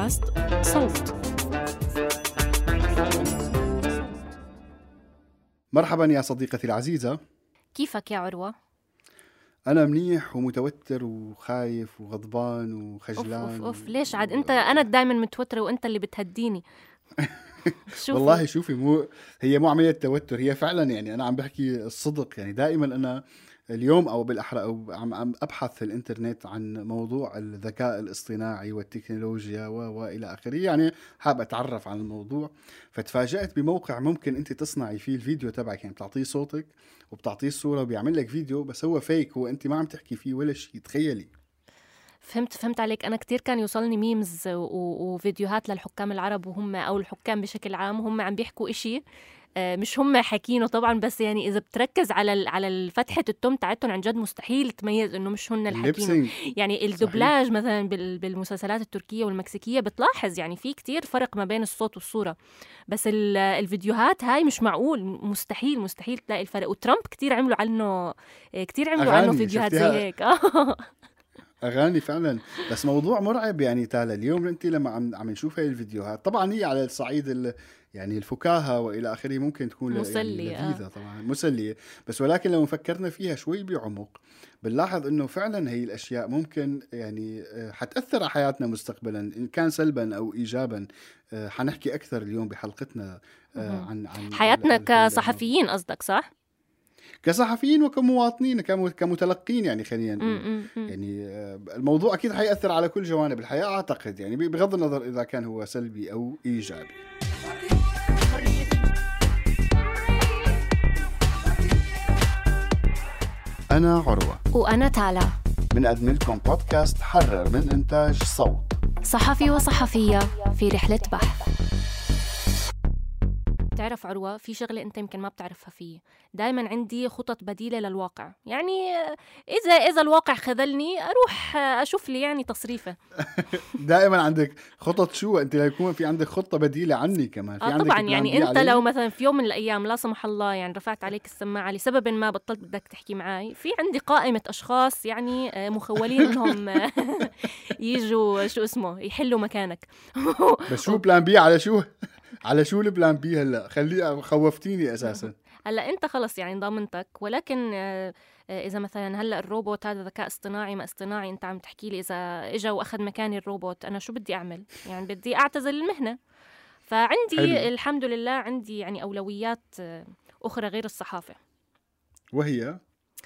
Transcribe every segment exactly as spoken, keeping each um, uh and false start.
بودكاست صوت. مرحبا يا صديقتي العزيزة، كيفك يا عروة؟ أنا منيح ومتوتر وخايف وغضبان وخجلان. أوف أوف أوف ليش عاد أنت؟ أنا دائما متوترة وأنت اللي بتهديني. شوفي. والله شوفي، مو هي مو عملية توتر، هي فعلا يعني أنا عم بحكي الصدق. يعني دائما أنا اليوم أو بالأحرى أو عم عم أبحث في الإنترنت عن موضوع الذكاء الاصطناعي والتكنولوجيا وإلى آخره، يعني حاب أتعرف عن الموضوع. فتفاجأت بموقع ممكن أنت تصنعي فيه الفيديو تبعك، يعني بتعطيه صوتك وبتعطيه الصورة وبيعمل لك فيديو، بس هو فيك، هو أنت ما عم تحكي فيه ولا شيء. تخيلي. فهمت فهمت عليك. أنا كتير كان يوصلني ميمز وفيديوهات للحكام العرب وهم أو الحكام بشكل عام وهم عم بيحكوا إشي مش هم حاكينه طبعا، بس يعني إذا بتركز على على الفتحة التوم تاعتهم عن جد مستحيل تميز إنه مش هن الحاكينه. يعني الدبلاج مثلا بالمسلسلات التركية والمكسيكية بتلاحظ يعني في كتير فرق ما بين الصوت والصورة، بس الفيديوهات هاي مش معقول، مستحيل مستحيل تلاقي الفرق. وترامب كتير عملوا عنه كتير عملوا عنه فيديوهات زي هيك. أغاني فعلا. بس موضوع مرعب يعني تالا. اليوم أنت لما عم عم نشوف هاي الفيديوهات، طبعا هي على الصعيد يعني الفكاهة وإلى آخره ممكن تكون مسلية، يعني لذيذة طبعا مسلية، بس ولكن لو فكرنا فيها شوي بعمق بنلاحظ إنه فعلا هي الأشياء ممكن يعني حتأثر على حياتنا مستقبلا، إن كان سلبا أو إيجابا. حنحكي أكثر اليوم بحلقتنا عن عن حياتنا كصحفيين، قصدك صح؟ كصحفيين وكمواطنين كمتلقين، يعني خلينا نقول يعني الموضوع أكيد حيأثر على كل جوانب الحياة أعتقد، يعني بغض النظر إذا كان هو سلبي أو إيجابي. أنا عروة وأنا تالا، بنقدم لكم بودكاست حرر من إنتاج صوت، صحفي وصحفية في رحلة بحث. تعرف عروة، في شغلة أنت يمكن ما بتعرفها فيه، دايما عندي خطط بديلة للواقع. يعني إذا إذا الواقع خذلني أروح أشوف لي يعني تصريفة. دائما عندك خطط. شو أنت ليكون في عندك خطة بديلة عني كمان؟ في آه عندك طبعا. يعني أنت علي؟ لو مثلا في يوم من الأيام لا سمح الله يعني رفعت عليك السماعة لسبب ما بطلت بدك تحكي معي، في عندي قائمة أشخاص يعني مخولين إنهم يجوا شو اسمه يحلوا مكانك. بس شو بلان بي؟ على شو على شو البلان بي هلا؟ خلي خوفتيني اساسا. هلا انت خلص يعني ضامنتك، ولكن اذا مثلا هلا الروبوت هذا ذكاء اصطناعي ما اصطناعي، انت عم تحكي لي اذا اجى واخذ مكاني الروبوت، انا شو بدي اعمل؟ يعني بدي اعتزل المهنه. فعندي حلو. الحمد لله عندي يعني اولويات اخرى غير الصحافه، وهي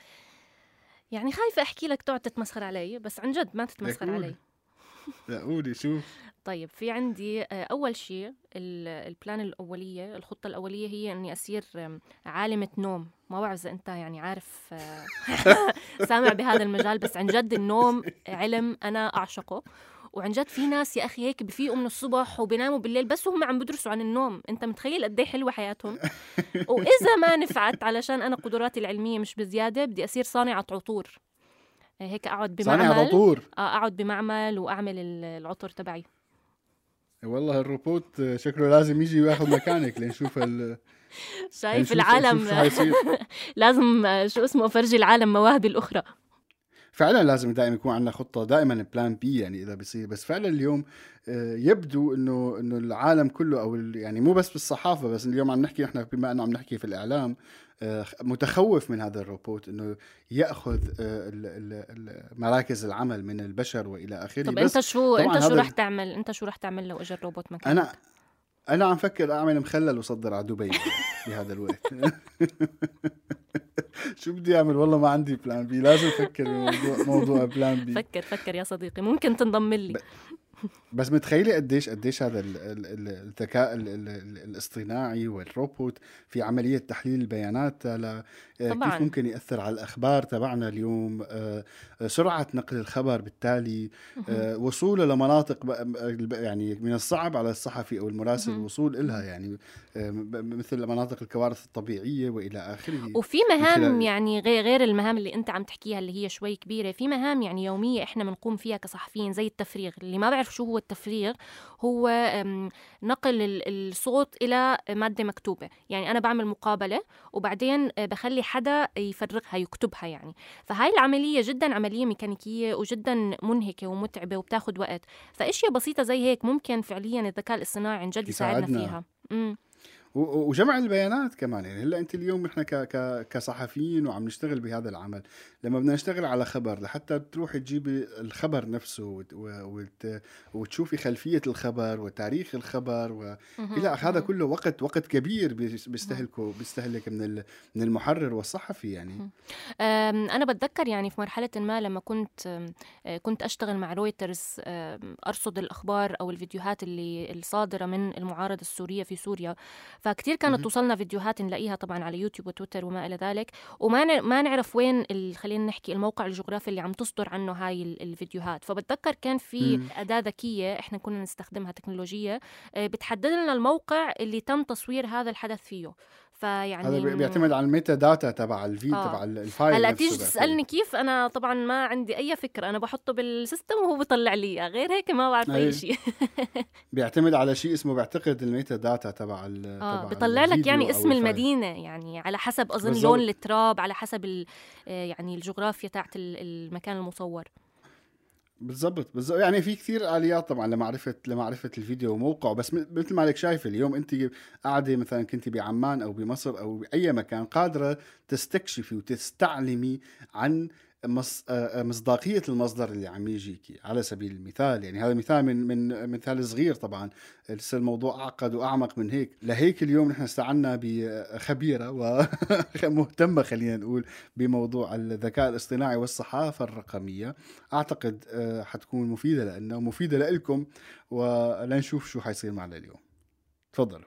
يعني خايفه احكي لك تقعد تتمسخر علي، بس عن جد ما تتمسخر علي. لا قولي شو. طيب في عندي أول شيء البلان الأولية، الخطة الأولية هي أني أصير عالمة نوم. ما بعرف إذا أنت يعني عارف سامع بهذا المجال، بس عن جد النوم علم أنا أعشقه. وعن جد في ناس يا أخي هيك بفيقوا من الصبح وبيناموا بالليل بس وهم عم بدرسوا عن النوم. أنت متخيل قد ايه حلوة حياتهم؟ وإذا ما نفعت علشان أنا قدراتي العلمية مش بزيادة، بدي أصير صانعة عطور. هيك أقعد بمعمل صانعة عطور. أقعد بمعمل وأعمل العطر تبعي. والله الروبوت شكله لازم يجي وياخذ مكانك لنشوف ال شايف العالم. لازم شو اسمه فرجي العالم مواهبي الأخرى. فعلا لازم دائما يكون عندنا خطة، دائما بلان بي يعني إذا بيصير. بس فعلا اليوم يبدو إنه إنه العالم كله أو يعني مو بس بالصحافة، بس اليوم عم نحكي إحنا بما إنه عم نحكي في الإعلام، متخوف من هذا الروبوت إنه يأخذ مراكز العمل من البشر وإلى آخره. طب أنت شو أنت شو رح تعمل؟ أنت شو رح تعمل لو إجا الروبوت مكانك؟ أنا أنا عم فكر أعمل مخلل وصدر على دبي بهذا الوقت. شو بدي أعمل؟ والله ما عندي بلان بي، لازم أفكر بموضوع موضوع بلان بي. فكر فكر يا صديقي، ممكن تنضم لي. بس متخيلي قديش قديش هذا الذكاء الاصطناعي والروبوت في عملية تحليل البيانات، كيف ممكن يأثر على الأخبار تبعنا اليوم، سرعة نقل الخبر، بالتالي وصوله لمناطق يعني من الصعب على الصحفي أو المراسل الوصول إلها، يعني مثل مناطق الكوارث الطبيعية وإلى آخره. وفي مهام يعني غير المهام اللي أنت عم تحكيها اللي هي شوي كبيرة، في مهام يعني يومية إحنا بنقوم فيها كصحفيين زي التفريغ. اللي ما بعرف بيعرف شو هو التفريغ، هو نقل الصوت إلى مادة مكتوبة. يعني أنا بعمل مقابلة وبعدين بخلي حدا يفرغها يكتبها يعني. فهاي العملية جدا عملية ميكانيكية وجدا منهكة ومتعبة وبتاخد وقت. فأشياء بسيطة زي هيك ممكن فعليا الذكاء الاصطناعي عن جد يساعدنا فيها. مم. وجمع البيانات كمان. يعني هلا انت اليوم نحن ك ك كصحفيين وعم نشتغل بهذا العمل، لما بدنا نشتغل على خبر لحتى تروحي تجيبي الخبر نفسه وت وت وتشوفي خلفيه الخبر وتاريخ الخبر والى هذا كله وقت وقت كبير بيستهلكه بيستهلك من من المحرر والصحفي. يعني انا بتذكر يعني في مرحله ما لما كنت كنت اشتغل مع رويترز ارصد الاخبار او الفيديوهات اللي الصادره من المعارضه السوريه في سوريا، فكتير كانت توصلنا فيديوهات نلاقيها طبعا على يوتيوب وتويتر وما إلى ذلك، وما ما نعرف وين خلينا نحكي الموقع الجغرافي اللي عم تصدر عنه هاي الفيديوهات. فبتذكر كان في مم. أداة ذكية إحنا كنا نستخدمها تكنولوجية بتحدد لنا الموقع اللي تم تصوير هذا الحدث فيه. فيعني هذا بيعتمد على الميتا داتا تبع الفيديو آه. تبع الفايل. هلا تيجي تسالني كيف، انا طبعا ما عندي اي فكره، انا بحطه بالسيستم وهو بيطلع لي، غير هيك ما بعرف اي شيء. بيعتمد على شيء اسمه بعتقد الميتا داتا تبع اه بيطلع لك يعني اسم المدينه، يعني على حسب اظن بالزبط. لون التراب، على حسب يعني الجغرافيا تاعت المكان المصور. بالضبط بالضبط. يعني في كثير آليات طبعا لمعرفة لمعرفة الفيديو وموقعه. بس مثل ما لك شايف اليوم انت قاعدة مثلا كنت بعمان او بمصر او بأي مكان، قادرة تستكشفي وتستعلمي عن مصداقية المصدر اللي عم يجيكي. على سبيل المثال يعني هذا مثال من من مثال صغير، طبعا لسه الموضوع أعقد وأعمق من هيك. لهيك اليوم نحن استعنا بخبيرة ومهتمة خلينا نقول بموضوع الذكاء الاصطناعي والصحافة الرقمية. أعتقد حتكون مفيدة لأنه مفيدة لكم، ولنشوف شو حيصير معنا اليوم. تفضلوا.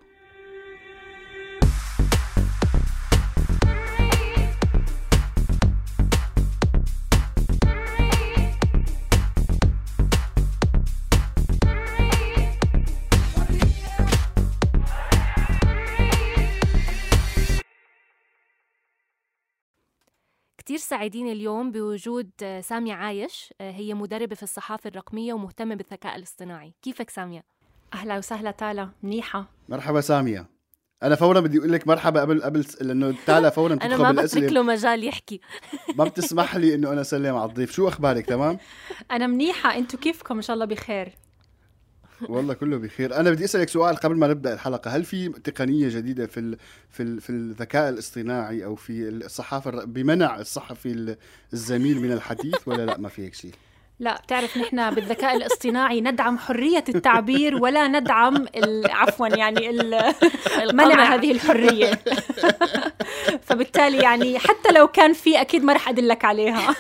كتير سعيدين اليوم بوجود سامية عايش، هي مدربة في الصحافة الرقمية ومهتمة بالذكاء الاصطناعي. كيفك سامية؟ أهلا وسهلا تالا، منيحة. مرحبا سامية. أنا فورا بدي أقول لك مرحبا قبل قبل لأنه تالا فورا أنا ما بترك له مجال يحكي. ما بتسمح لي إنه أنا أسلم على الضيف. شو أخبارك؟ تمام؟ أنا منيحة، أنتوا كيفكم؟ إن شاء الله بخير. والله كله بخير. أنا بدي أسألك سؤال قبل ما نبدأ الحلقة. هل في تقنية جديدة في ال في ال في الذكاء الاصطناعي أو في الصحافة بمنع الصحفي الزميل من الحديث ولا لا ما في هيك شيء؟ لا، بتعرف نحن بالذكاء الاصطناعي ندعم حرية التعبير ولا ندعم عفوا يعني منع هذه الحرية. فبالتالي يعني حتى لو كان في أكيد ما رح أدلك عليها.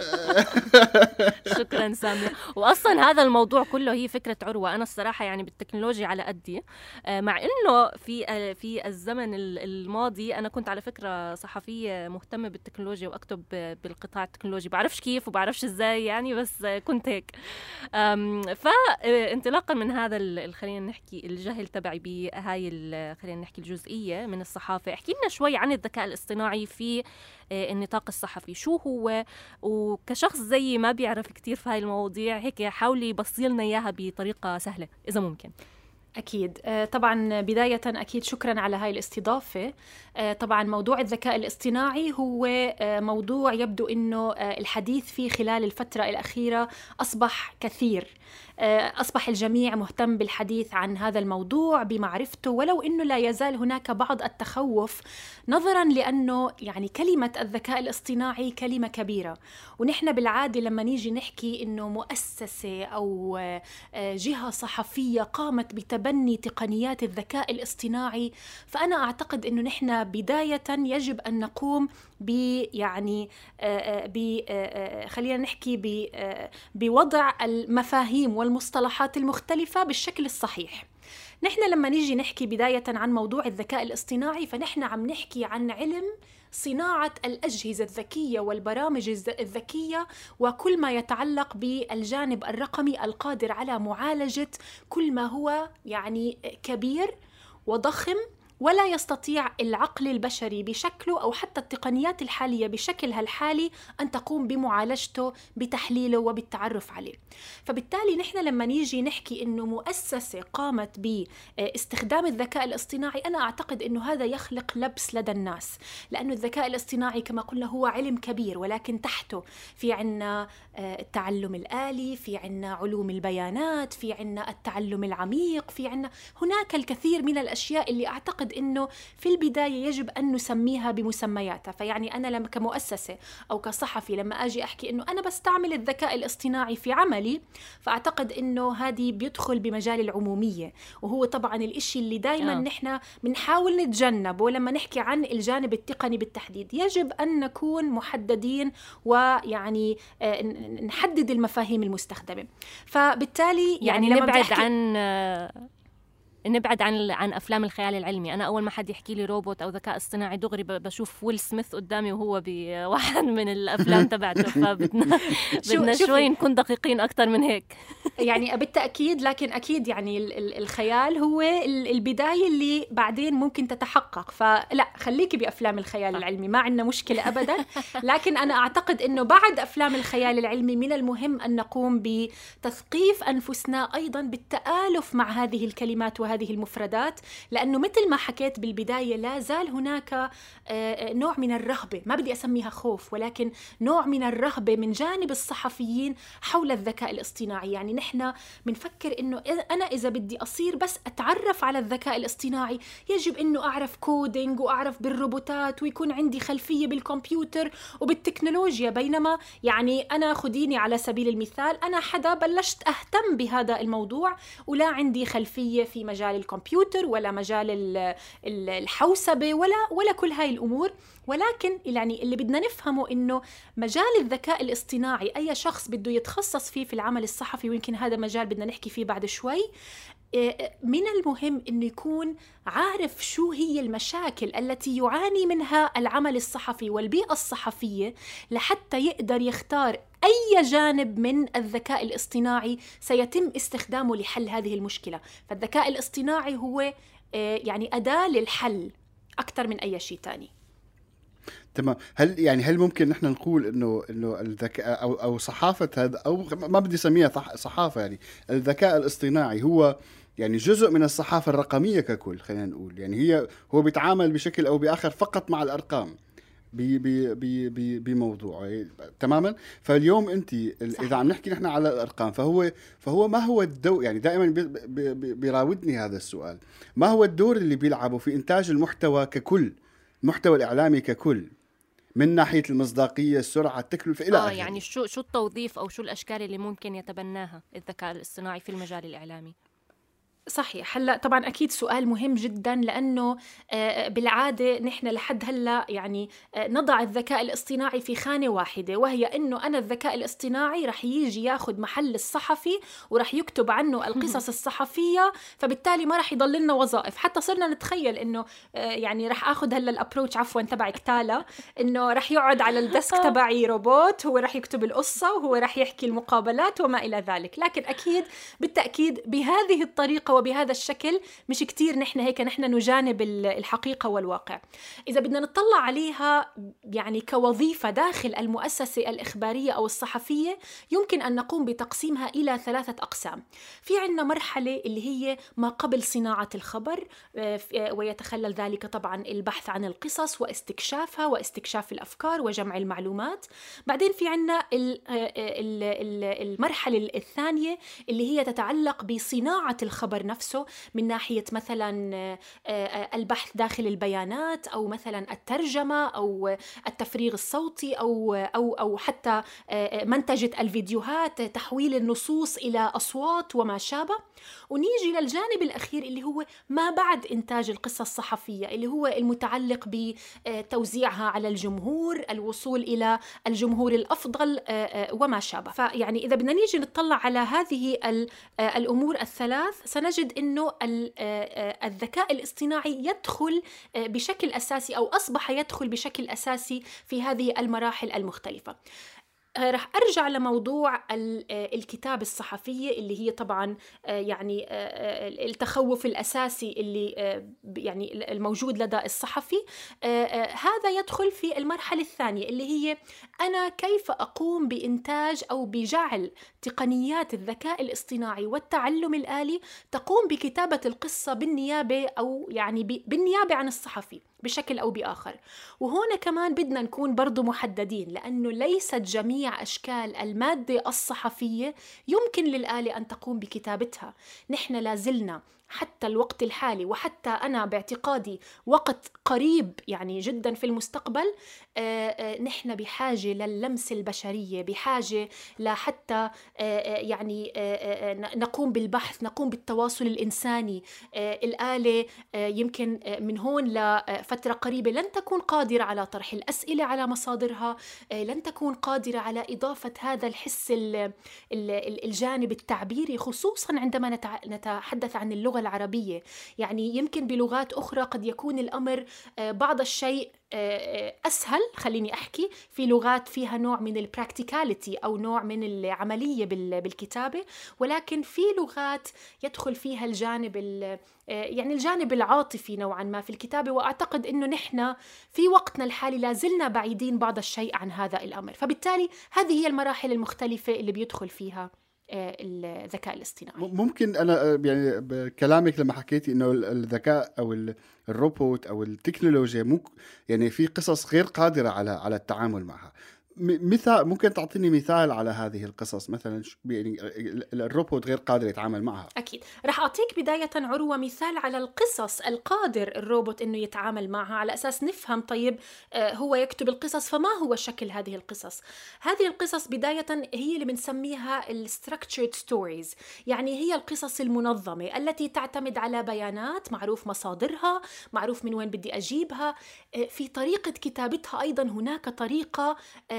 شكرا سامية. وأصلا هذا الموضوع كله هي فكرة عروة. أنا الصراحة يعني بالتكنولوجيا على قدي، مع إنه في في الزمن الماضي أنا كنت على فكرة صحفية مهتمة بالتكنولوجيا وأكتب بالقطاع التكنولوجي، بعرفش كيف وبعرفش إزاي يعني، بس كنت هيك. فانطلاقا من هذا خلينا نحكي الجهل تبعي بهاي خلينا نحكي الجزئية من الصحافة، احكي لنا شوي عن الذكاء الاصطناعي في النطاق الصحفي. شو هو؟ وكشخص زي ما بيعرف كتير في هاي المواضيع، هيك حاولي بصي لنا إياها بطريقة سهلة إذا ممكن. أكيد. طبعا بداية أكيد شكرا على هاي الاستضافة. طبعا موضوع الذكاء الاصطناعي هو موضوع يبدو أنه الحديث فيه خلال الفترة الأخيرة أصبح كثير، أصبح الجميع مهتم بالحديث عن هذا الموضوع بمعرفته، ولو أنه لا يزال هناك بعض التخوف نظرا لأنه يعني كلمة الذكاء الاصطناعي كلمة كبيرة، ونحن بالعادة لما نيجي نحكي أنه مؤسسة أو جهة صحفية قامت بتبني تقنيات الذكاء الاصطناعي، فأنا أعتقد أنه نحن بداية يجب أن نقوم ب يعني ب خلينا نحكي ب بوضع المفاهيم والمصطلحات المختلفة بالشكل الصحيح. نحن لما نيجي نحكي بداية عن موضوع الذكاء الاصطناعي فنحن عم نحكي عن علم صناعة الأجهزة الذكية والبرامج الذكية وكل ما يتعلق بالجانب الرقمي القادر على معالجة كل ما هو يعني كبير وضخم ولا يستطيع العقل البشري بشكله أو حتى التقنيات الحالية بشكلها الحالي أن تقوم بمعالجته، بتحليله وبالتعرف عليه. فبالتالي نحن لما نيجي نحكي إنه مؤسسة قامت باستخدام الذكاء الاصطناعي، أنا أعتقد إنه هذا يخلق لبس لدى الناس، لأنه الذكاء الاصطناعي كما قلنا هو علم كبير، ولكن تحته في عنا التعلم الآلي، في عنا علوم البيانات، في عنا التعلم العميق، في عنا هناك الكثير من الأشياء اللي أعتقد إنه في البداية يجب أن نسميها بمسمياتها. فيعني أنا لما كمؤسسة أو كصحفي لما أجي أحكي إنه أنا بستعمل الذكاء الاصطناعي في عملي، فأعتقد إنه هذه بيدخل بمجال العمومية، وهو طبعا الإشي اللي دايما آه. نحن بنحاول نتجنبه لما نحكي عن الجانب التقني بالتحديد. يجب أن نكون محددين ويعني آه نحدد المفاهيم المستخدمة. فبالتالي يعني, يعني نبعد عن نبعد عن عن افلام الخيال العلمي. انا اول ما حد يحكي لي روبوت او ذكاء اصطناعي دغري بشوف ويل سميث قدامي وهو بواحد من الافلام تبعته. فبدنا بدنا شوي نكون دقيقين اكثر من هيك. يعني بالتاكيد، لكن اكيد يعني الخيال هو البدايه اللي بعدين ممكن تتحقق. فلا خليكي بافلام الخيال العلمي، ما عندنا مشكله ابدا. لكن انا اعتقد انه بعد افلام الخيال العلمي من المهم ان نقوم بتثقيف انفسنا ايضا بالتآلف مع هذه الكلمات وهذه المفردات، لأنه مثل ما حكيت بالبداية لا زال هناك نوع من الرهبة، ما بدي أسميها خوف، ولكن نوع من الرهبة من جانب الصحفيين حول الذكاء الاصطناعي. يعني نحن بنفكر إنه أنا إذا بدي أصير بس أتعرف على الذكاء الاصطناعي يجب إنه أعرف كودينج وأعرف بالروبوتات ويكون عندي خلفية بالكمبيوتر وبالتكنولوجيا. بينما يعني أنا خديني على سبيل المثال، أنا حدا بلشت أهتم بهذا الموضوع ولا عندي خلفية في مجال مجال الكمبيوتر ولا مجال الحوسبة ولا ولا كل هاي الأمور. ولكن يعني اللي بدنا نفهمه إنه مجال الذكاء الاصطناعي أي شخص بده يتخصص فيه في العمل الصحفي، ويمكن هذا مجال بدنا نحكي فيه بعد شوي، من المهم إنه يكون عارف شو هي المشاكل التي يعاني منها العمل الصحفي والبيئة الصحفية، لحتى يقدر يختار أي جانب من الذكاء الاصطناعي سيتم استخدامه لحل هذه المشكلة. فالذكاء الاصطناعي هو يعني أداة للحل أكثر من أي شيء تاني. تمام. هل يعني هل ممكن نحن نقول انه انه الذكاء او او صحافه هذا، او ما بدي اسميها صحافه، يعني الذكاء الاصطناعي هو يعني جزء من الصحافه الرقميه ككل، خلينا نقول يعني هي هو بيتعامل بشكل او باخر فقط مع الارقام بموضوع تماما. فاليوم انت اذا عم نحكي نحن على الارقام، فهو فهو ما هو الدور، يعني دائما بيراودني هذا السؤال، ما هو الدور اللي بيلعبه في انتاج المحتوى ككل، المحتوى الاعلامي ككل، من ناحيه المصداقيه، السرعه، التكلفه الى اه اخره. يعني شو شو التوظيف او شو الاشكال اللي ممكن يتبناها الذكاء الاصطناعي في المجال الاعلامي؟ صحيح. هلا طبعا اكيد سؤال مهم جدا، لانه بالعاده نحن لحد هلا يعني نضع الذكاء الاصطناعي في خانه واحده، وهي انه انا الذكاء الاصطناعي رح يجي ياخذ محل الصحفي ورح يكتب عنه القصص الصحفيه، فبالتالي ما رح يضل لنا وظائف. حتى صرنا نتخيل انه يعني رح اخذ هلا الابروتش عفوا تبعك تالا، انه رح يقعد على الديسك تبعي روبوت، هو رح يكتب القصه وهو رح يحكي المقابلات وما الى ذلك. لكن اكيد بالتاكيد بهذه الطريقه وبهذا الشكل مش كتير نحن هيك نحن نجانب الحقيقة والواقع. إذا بدنا نطلع عليها يعني كوظيفة داخل المؤسسة الإخبارية أو الصحفية، يمكن أن نقوم بتقسيمها إلى ثلاثة أقسام. في عنا مرحلة اللي هي ما قبل صناعة الخبر، ويتخلل ذلك طبعا البحث عن القصص واستكشافها واستكشاف الأفكار وجمع المعلومات. بعدين في عنا المرحلة الثانية اللي هي تتعلق بصناعة الخبر نفسه، من ناحية مثلا البحث داخل البيانات، أو مثلا الترجمة، أو التفريغ الصوتي، أو أو أو حتى منتجة الفيديوهات، تحويل النصوص إلى أصوات وما شابه. ونيجي للجانب الأخير اللي هو ما بعد إنتاج القصة الصحفية، اللي هو المتعلق بتوزيعها على الجمهور، الوصول إلى الجمهور الأفضل وما شابه. فيعني إذا بدنا نيجي نطلع على هذه الأمور الثلاث، سنجد إنه الذكاء الاصطناعي يدخل بشكل أساسي، أو أصبح يدخل بشكل أساسي في هذه المراحل المختلفة. رح أرجع لموضوع الكتاب الصحفية اللي هي طبعا يعني التخوف الأساسي اللي يعني الموجود لدى الصحفي. هذا يدخل في المرحلة الثانية اللي هي أنا كيف أقوم بإنتاج أو بجعل تقنيات الذكاء الاصطناعي والتعلم الآلي تقوم بكتابة القصة بالنيابة أو يعني بالنيابة عن الصحفي بشكل أو بآخر. وهنا كمان بدنا نكون برضو محددين، لأنه ليست جميع أشكال المادة الصحفية يمكن للآلة أن تقوم بكتابتها. نحن لازلنا حتى الوقت الحالي، وحتى أنا باعتقادي وقت قريب يعني جدا في المستقبل، آآ آآ نحن بحاجة لللمس البشرية، بحاجة لحتى آآ يعني آآ نقوم بالبحث، نقوم بالتواصل الإنساني. الآلة يمكن من هون لفترة قريبة لن تكون قادرة على طرح الأسئلة على مصادرها، لن تكون قادرة على إضافة هذا الحس الجانب التعبيري، خصوصا عندما نتحدث عن اللغة العربية. يعني يمكن بلغات أخرى قد يكون الأمر بعض الشيء أسهل، خليني أحكي في لغات فيها نوع من البراكتيكاليتي أو نوع من العملية بالكتابة، ولكن في لغات يدخل فيها الجانب يعني الجانب العاطفي نوعا ما في الكتابة. وأعتقد أنه نحن في وقتنا الحالي لازلنا بعيدين بعض الشيء عن هذا الأمر. فبالتالي هذه هي المراحل المختلفة اللي بيدخل فيها الذكاء الاصطناعي. ممكن أنا يعني بكلامك لما حكيتي إنه الذكاء أو الروبوت أو التكنولوجيا مو يعني في قصص غير قادرة على على التعامل معها، مثال ممكن تعطيني مثال على هذه القصص؟ مثلا يعني الروبوت غير قادر يتعامل معها. أكيد رح أعطيك بداية عروة مثال على القصص القادر الروبوت إنه يتعامل معها، على أساس نفهم طيب هو يكتب القصص فما هو شكل هذه القصص. هذه القصص بداية هي اللي بنسميها ال structured stories، يعني هي القصص المنظمة التي تعتمد على بيانات معروف مصادرها، معروف من وين بدي أجيبها. في طريقة كتابتها أيضا هناك طريقة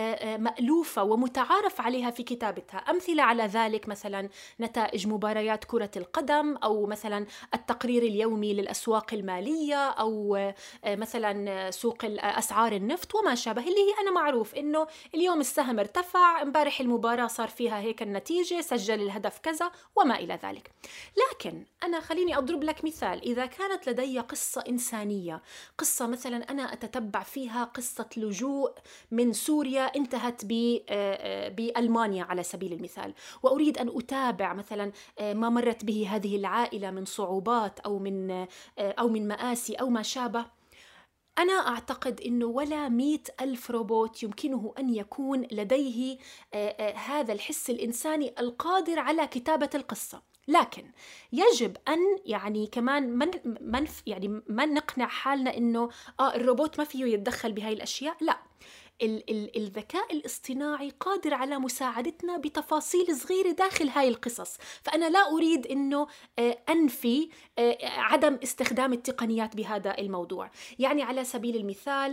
مألوفة ومتعارف عليها في كتابتها. أمثلة على ذلك مثلا نتائج مباريات كرة القدم، أو مثلا التقرير اليومي للأسواق المالية، أو مثلا سوق أسعار النفط وما شابه، اللي هي أنا معروف إنه اليوم السهم ارتفع، امبارح المباراة صار فيها هيك النتيجة، سجل الهدف كذا وما إلى ذلك. لكن أنا خليني أضرب لك مثال. إذا كانت لدي قصة إنسانية، قصة مثلا أنا أتتبع فيها قصة لجوء من سوريا انتهت بألمانيا على سبيل المثال، وأريد أن أتابع مثلا ما مرت به هذه العائلة من صعوبات أو من أو من مآسي أو ما شابه، أنا أعتقد أنه ولا مئة ألف روبوت يمكنه أن يكون لديه هذا الحس الإنساني القادر على كتابة القصة. لكن يجب أن يعني كمان من من يعني ما نقنع حالنا إنه آه الروبوت ما فيه يتدخل بهاي الأشياء. لا، ال- ال- الذكاء الاصطناعي قادر على مساعدتنا بتفاصيل صغيرة داخل هاي القصص. فأنا لا أريد أنه أنفي عدم استخدام التقنيات بهذا الموضوع. يعني على سبيل المثال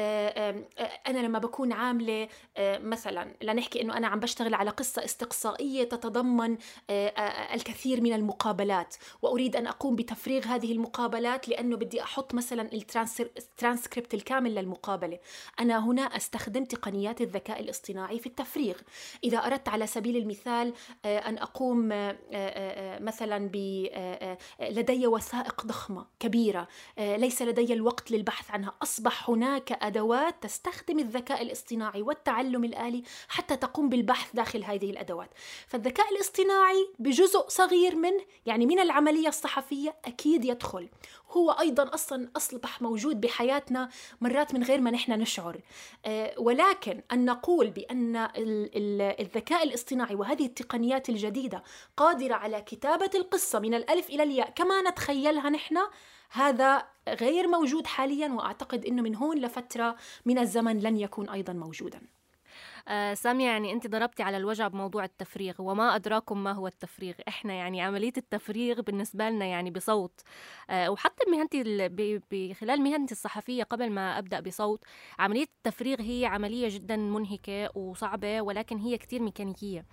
أنا لما بكون عاملة مثلا، لنحكي أنه أنا عم بشتغل على قصة استقصائية تتضمن الكثير من المقابلات، وأريد أن أقوم بتفريغ هذه المقابلات لأنه بدي أحط مثلا الترانسكريبت الكامل للمقابلة، أنا هنا أستخدم تقنيات الذكاء الاصطناعي في التفريغ. إذا أردت على سبيل المثال أن أقوم مثلا ب لدي وثائق ضخمة كبيرة ليس لدي الوقت للبحث عنها، أصبح هناك أدوات تستخدم الذكاء الاصطناعي والتعلم الآلي حتى تقوم بالبحث داخل هذه الأدوات. فالذكاء الاصطناعي بجزء صغير منه يعني من العملية الصحفية أكيد يدخل، هو أيضا أصلا أصبح موجود بحياتنا مرات من غير ما نحن نشعر. ولكن أن نقول بأن الذكاء الاصطناعي وهذه التقنيات الجديدة قادرة على كتابة القصة من الألف إلى الياء كما نتخيلها نحن، هذا غير موجود حاليا، وأعتقد أنه من هون لفترة من الزمن لن يكون أيضا موجودا. آه سامية، يعني أنت ضربتي على الوجع بموضوع التفريغ، وما أدراكم ما هو التفريغ. إحنا يعني عملية التفريغ بالنسبة لنا يعني بصوت، آه وحتى مهنتي بخلال مهنتي الصحفية قبل ما أبدأ بصوت، عملية التفريغ هي عملية جدا منهكة وصعبة، ولكن هي كتير ميكانيكية.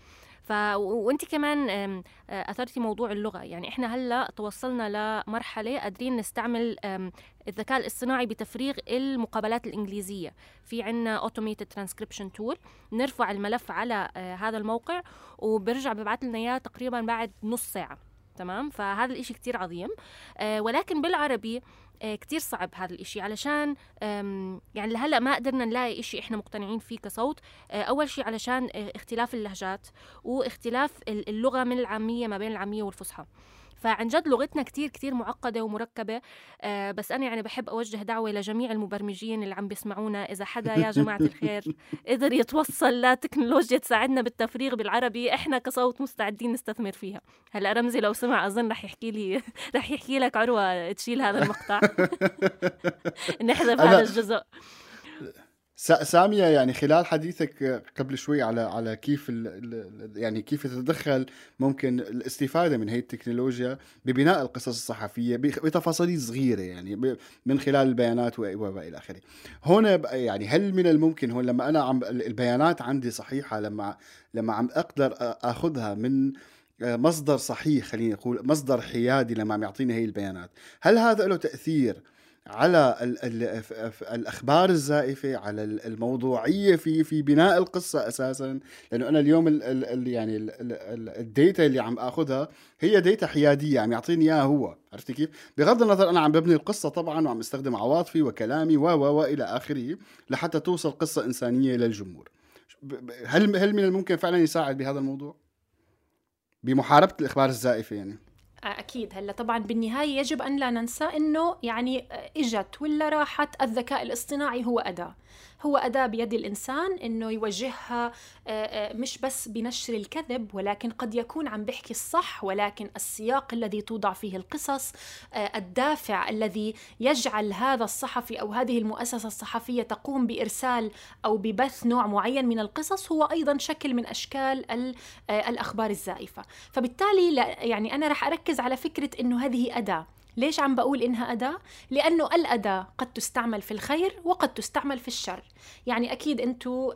ف وانت كمان اثرتي موضوع اللغه، يعني احنا هلا توصلنا لمرحله قادرين نستعمل الذكاء الاصطناعي بتفريغ المقابلات الانجليزيه. في عنا اوتوميتد ترانسكريبشن تول، نرفع الملف على هذا الموقع وبرجع ببعث لنا اياه تقريبا بعد نص ساعه. تمام، فهذا الاشي كتير عظيم. ولكن بالعربي كتير صعب هذا الاشي، علشان يعني لهلأ ما قدرنا نلاقي اشي احنا مقتنعين فيه كصوت. اول شيء علشان اختلاف اللهجات واختلاف اللغة من العامية ما بين العامية والفصحى. فعن جد لغتنا كتير كتير معقدة ومركبة. آه بس أنا يعني بحب أوجه دعوة لجميع المبرمجين اللي عم بيسمعونا، إذا حدا يا جماعة الخير قدر يتوصل لتكنولوجيا تساعدنا بالتفريغ بالعربي، إحنا كصوت مستعدين نستثمر فيها. هلا رمزي لو سمع أظن رح يحكي لي رح يحكي لك عروة تشيل هذا المقطع نحذف هذا الجزء. سامية، يعني خلال حديثك قبل شوي على على كيف ال يعني كيف تتدخل ممكن الاستفادة من هي التكنولوجيا ببناء القصص الصحفية بتفاصيل صغيرة، يعني من خلال البيانات وإلى آخره. هنا يعني هل من الممكن هون لما أنا عم البيانات عندي صحيحة، لما لما عم أقدر أخذها من مصدر صحيح، خليني أقول مصدر حيادي لما عم يعطيني هي البيانات، هل هذا له تأثير على ال ال الأخبار الزائفة، على الموضوعية في في بناء القصة أساساً؟ لأنه أنا اليوم ال ال يعني ال ال الديتا اللي عم أخذها هي ديتا حيادية عم يعطيني إياها هو، عرفتي كيف؟ بغض النظر أنا عم ببني القصة طبعاً وعم استخدم عواطفي وكلامي و و وإلى آخره لحتى توصل قصة إنسانية للجمهور. هل هل من الممكن فعلاً يساعد بهذا الموضوع بمحاربة الأخبار الزائفة يعني؟ أكيد. هلا طبعا بالنهاية يجب أن لا ننسى أنه يعني إجت ولا راحت، الذكاء الاصطناعي هو أداة، هو أداة بيد الإنسان إنه يوجهها مش بس بنشر الكذب، ولكن قد يكون عم بيحكي الصح، ولكن السياق الذي توضع فيه القصص، الدافع الذي يجعل هذا الصحفي أو هذه المؤسسة الصحفية تقوم بإرسال أو ببث نوع معين من القصص هو أيضا شكل من أشكال الأخبار الزائفة. فبالتالي يعني أنا رح أركز على فكرة إنه هذه أداة. ليش عم بقول إنها أداة؟ لأنه الأداة قد تستعمل في الخير وقد تستعمل في الشر. يعني أكيد أنتوا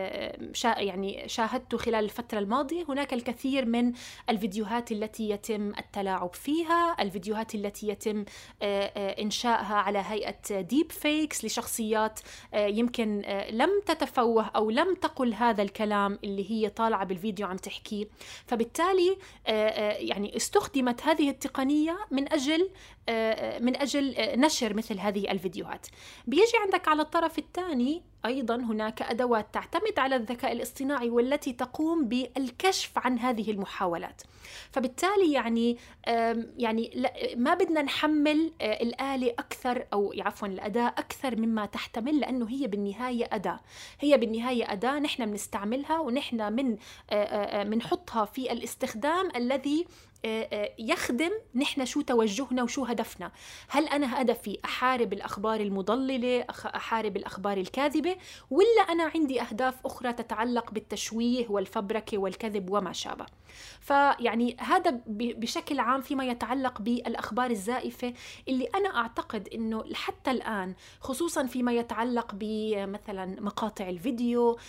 شا يعني شاهدتوا خلال الفترة الماضية هناك الكثير من الفيديوهات التي يتم التلاعب فيها، الفيديوهات التي يتم إنشائها على هيئة ديب فيكس لشخصيات يمكن لم تتفوه أو لم تقل هذا الكلام اللي هي طالعة بالفيديو عم تحكيه. فبالتالي يعني استخدمت هذه التقنية من أجل من أجل نشر مثل هذه الفيديوهات. بيجي عندك على الطرف الثاني أيضا هناك أدوات تعتمد على الذكاء الاصطناعي والتي تقوم بالكشف عن هذه المحاولات. فبالتالي يعني يعني ما بدنا نحمل الآلة أكثر أو عفوا الأداة أكثر مما تحتمل، لأنه هي بالنهاية أداة، هي بالنهاية أداة نحن بنستعملها ونحن من منحطها في الاستخدام الذي يخدم نحن شو توجهنا وشو هدفنا. هل أنا هدفي أحارب الأخبار المضللة، أحارب الأخبار الكاذبة، ولا أنا عندي أهداف أخرى تتعلق بالتشويه والفبركة والكذب وما شابه؟ فيعني هذا بشكل عام فيما يتعلق بالأخبار الزائفة اللي أنا أعتقد أنه حتى الآن خصوصا فيما يتعلق بمثلا مقاطع الفيديو،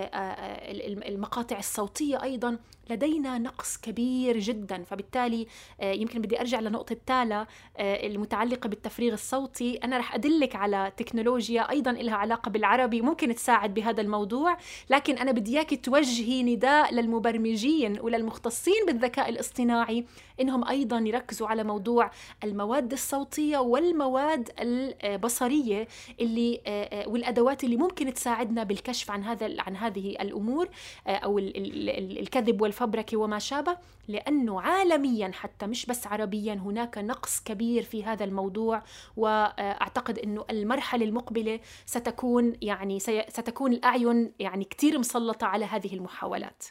المقاطع الصوتية أيضا لدينا نقص كبير جدا. فبالتالي يمكن بدي أرجع لنقطة تالا المتعلقة بالتفريغ الصوتي. أنا رح أدلك على تكنولوجيا أيضا لها علاقة بالعربي ممكن تساعد بهذا الموضوع، لكن أنا بدي إياكي توجهي نداء للمبرمجين وللمختصين بالذكاء الاصطناعي إنهم أيضا يركزوا على موضوع المواد الصوتية والمواد البصرية اللي والأدوات اللي ممكن تساعدنا بالكشف عن هذا عن هذه الأمور أو الكذب والفبركة وما شابه، لأنه عالميا حتى مش بس عربيا هناك نقص كبير في هذا الموضوع. وأعتقد أنه المرحلة المقبلة ستكون يعني ستكون الأعين يعني كتير مسلطة على هذه المحاولات.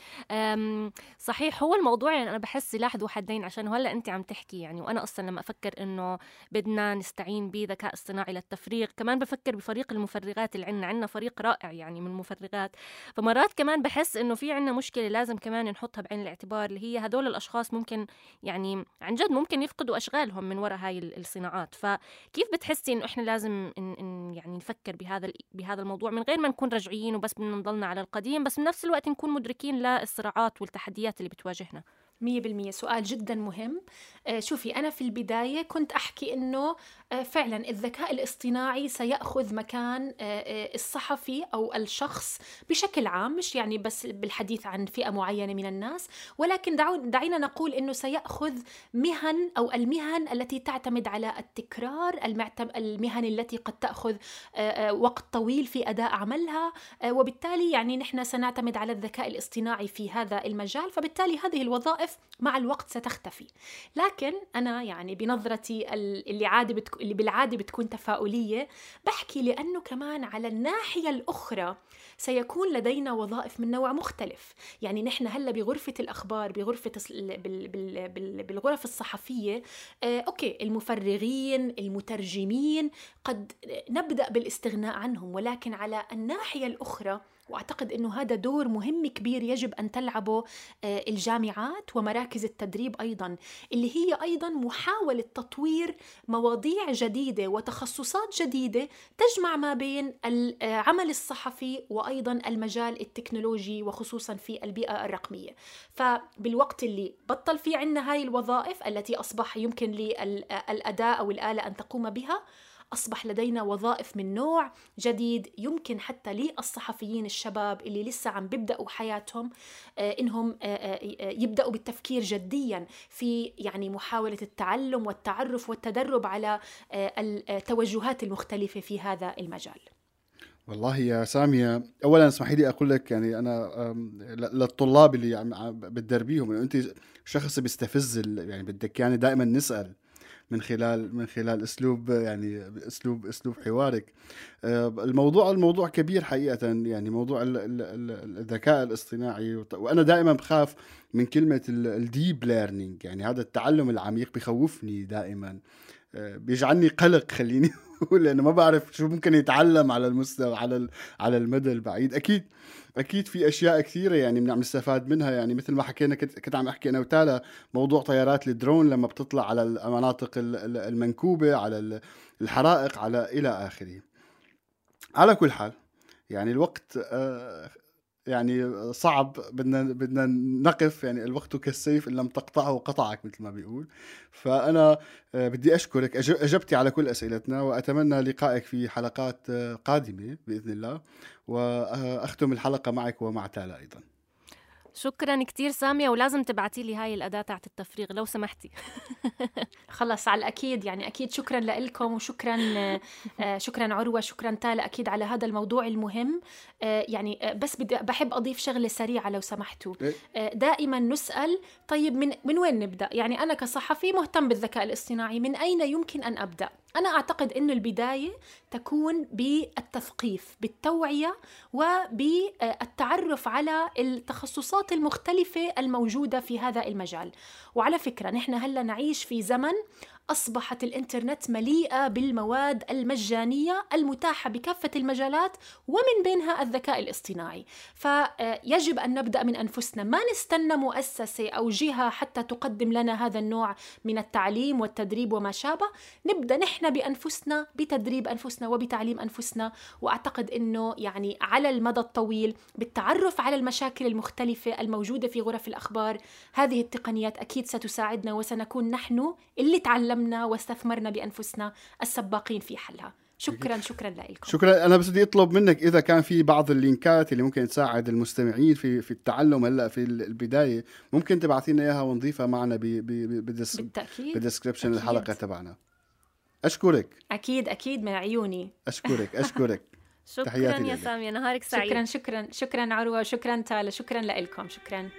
صحيح، هو الموضوع يعني أنا بحس سلاح ذو حدين، عشان هلا أنت عم تحكي يعني وأنا أصلا لما أفكر إنه بدنا نستعين بذكاء اصطناعي للتفريغ كمان بفكر بفريق المفرغات اللي عنا عنا فريق رائع يعني من المفرغات. فمرات كمان بحس إنه في عنا مشكلة لازم كمان كمان نحطها بعين الاعتبار، اللي هي هدول الأشخاص ممكن يعني عن جد ممكن يفقدوا أشغالهم من وراء هاي الصناعات. فكيف بتحسي إنه إحنا لازم إن إن يعني نفكر بهذا بهذا الموضوع من غير ما نكون رجعيين وبس بدنا نضلنا على القديم، بس بنفس الوقت نكون مدركين للصراعات والتحديات اللي بتواجهنا؟ مية بالمية سؤال جدا مهم. آه شوفي، أنا في البداية كنت أحكي إنه آه فعلا الذكاء الاصطناعي سيأخذ مكان آه الصحفي أو الشخص بشكل عام، مش يعني بس بالحديث عن فئة معينة من الناس، ولكن دعينا نقول إنه سيأخذ مهن أو المهن التي تعتمد على التكرار، المهن التي قد تأخذ آه وقت طويل في أداء عملها، آه وبالتالي يعني نحن سنعتمد على الذكاء الاصطناعي في هذا المجال، فبالتالي هذه الوظائف مع الوقت ستختفي. لكن أنا يعني بنظرتي اللي عادي بتك... اللي بالعادة بتكون تفاؤلية، بحكي لأنه كمان على الناحية الأخرى سيكون لدينا وظائف من نوع مختلف. يعني نحن هلا بغرفة الأخبار، بغرفة بال... بال... بال... بالغرف الصحفية، آه، أوكي المفرغين، المترجمين قد نبدأ بالاستغناء عنهم، ولكن على الناحية الأخرى وأعتقد أنه هذا دور مهم كبير يجب أن تلعبه الجامعات ومراكز التدريب أيضا، اللي هي أيضا محاولة تطوير مواضيع جديدة وتخصصات جديدة تجمع ما بين العمل الصحفي وأيضا المجال التكنولوجي، وخصوصا في البيئة الرقمية. فبالوقت اللي بطل في عنا هاي الوظائف التي أصبح يمكن للأداة أو الآلة أن تقوم بها، أصبح لدينا وظائف من نوع جديد يمكن حتى للصحفيين الشباب اللي لسه عم بيبدأوا حياتهم إنهم يبدأوا بالتفكير جديا في يعني محاولة التعلم والتعرف والتدرب على التوجهات المختلفة في هذا المجال. والله يا سامية، أولا اسمحي لي أقول لك يعني أنا للطلاب اللي عم بتدربيهم، أنت شخص بيستفز يعني بدك يعني دائما نسأل من خلال من خلال اسلوب يعني اسلوب اسلوب حوارك. الموضوع الموضوع كبير حقيقه، يعني موضوع الذكاء الاصطناعي، وانا دائما بخاف من كلمه الديب ليرنينج، يعني هذا التعلم العميق بخوفني دائما، بيجعلني قلق خليني اقول، لانه ما بعرف شو ممكن يتعلم على المستوى على على المدى البعيد. اكيد اكيد في اشياء كثيره يعني بنعم نستفاد منها، يعني مثل ما حكينا كنت كنت عم احكي انا وتالا موضوع طيارات الدرون لما بتطلع على المناطق المنكوبه، على الحرائق، على الى اخره. على كل حال يعني الوقت يعني صعب، بدنا بدنا نقف، يعني الوقت كالسيف ان لم تقطعه قطعك مثل ما بيقول. فانا بدي اشكرك، اجبتي على كل اسئلتنا، واتمنى لقائك في حلقات قادمه باذن الله، واختم الحلقه معك ومع تالا ايضا. شكرا كتير سامية، ولازم تبعتي لي هاي الأداة تاعت التفريغ لو سمحتي. خلص على الأكيد، يعني أكيد شكرا لكم، وشكرا شكرا عروة، شكرا تالا أكيد على هذا الموضوع المهم. يعني بس بدي بحب أضيف شغلة سريعة لو سمحتوا. دائما نسأل طيب من من وين نبدأ؟ يعني أنا كصحفي مهتم بالذكاء الاصطناعي، من أين يمكن أن أبدأ؟ أنا أعتقد أن البداية تكون بالتثقيف، بالتوعية، وبالتعرف على التخصصات المختلفة الموجودة في هذا المجال. وعلى فكرة نحن هلأ نعيش في زمن أصبحت الإنترنت مليئة بالمواد المجانية المتاحة بكافة المجالات، ومن بينها الذكاء الاصطناعي. فيجب أن نبدأ من أنفسنا، ما نستنى مؤسسة أو جهة حتى تقدم لنا هذا النوع من التعليم والتدريب وما شابه. نبدأ نحن بأنفسنا، بتدريب أنفسنا وبتعليم أنفسنا. وأعتقد أنه يعني على المدى الطويل بالتعرف على المشاكل المختلفة الموجودة في غرف الأخبار، هذه التقنيات أكيد ستساعدنا، وسنكون نحن اللي تعلمنا واستثمرنا بأنفسنا السباقين في حلها. شكرا شكرا لكم. شكرا. أنا بس بدي أطلب منك إذا كان في بعض اللينكات اللي ممكن تساعد المستمعين في في التعلم هلا في البداية، ممكن تبعثينا إياها ونضيفها معنا بالديسكريبشن الحلقة تبعنا. أشكرك. أكيد أكيد من عيوني. أشكرك أشكرك. شكرا يا سامية، نهارك سعيد. شكرا شكرا شكرا عروة، شكرا تالا، شكرا لكم. شكرا.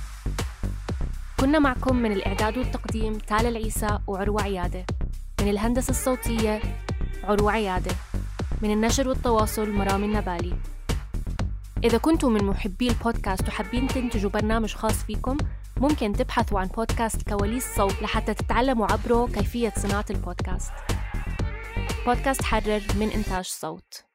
كنا معكم من الإعداد والتقديم تالا العيسى وعروة عيادة، من الهندسة الصوتية عروة عيادة، من النشر والتواصل مرام النبالي. إذا كنتم من محبي البودكاست وحابين تنتجوا برنامج خاص فيكم، ممكن تبحثوا عن بودكاست كواليس صوت لحتى تتعلموا عبره كيفية صناعة البودكاست. بودكاست حرر من إنتاج صوت.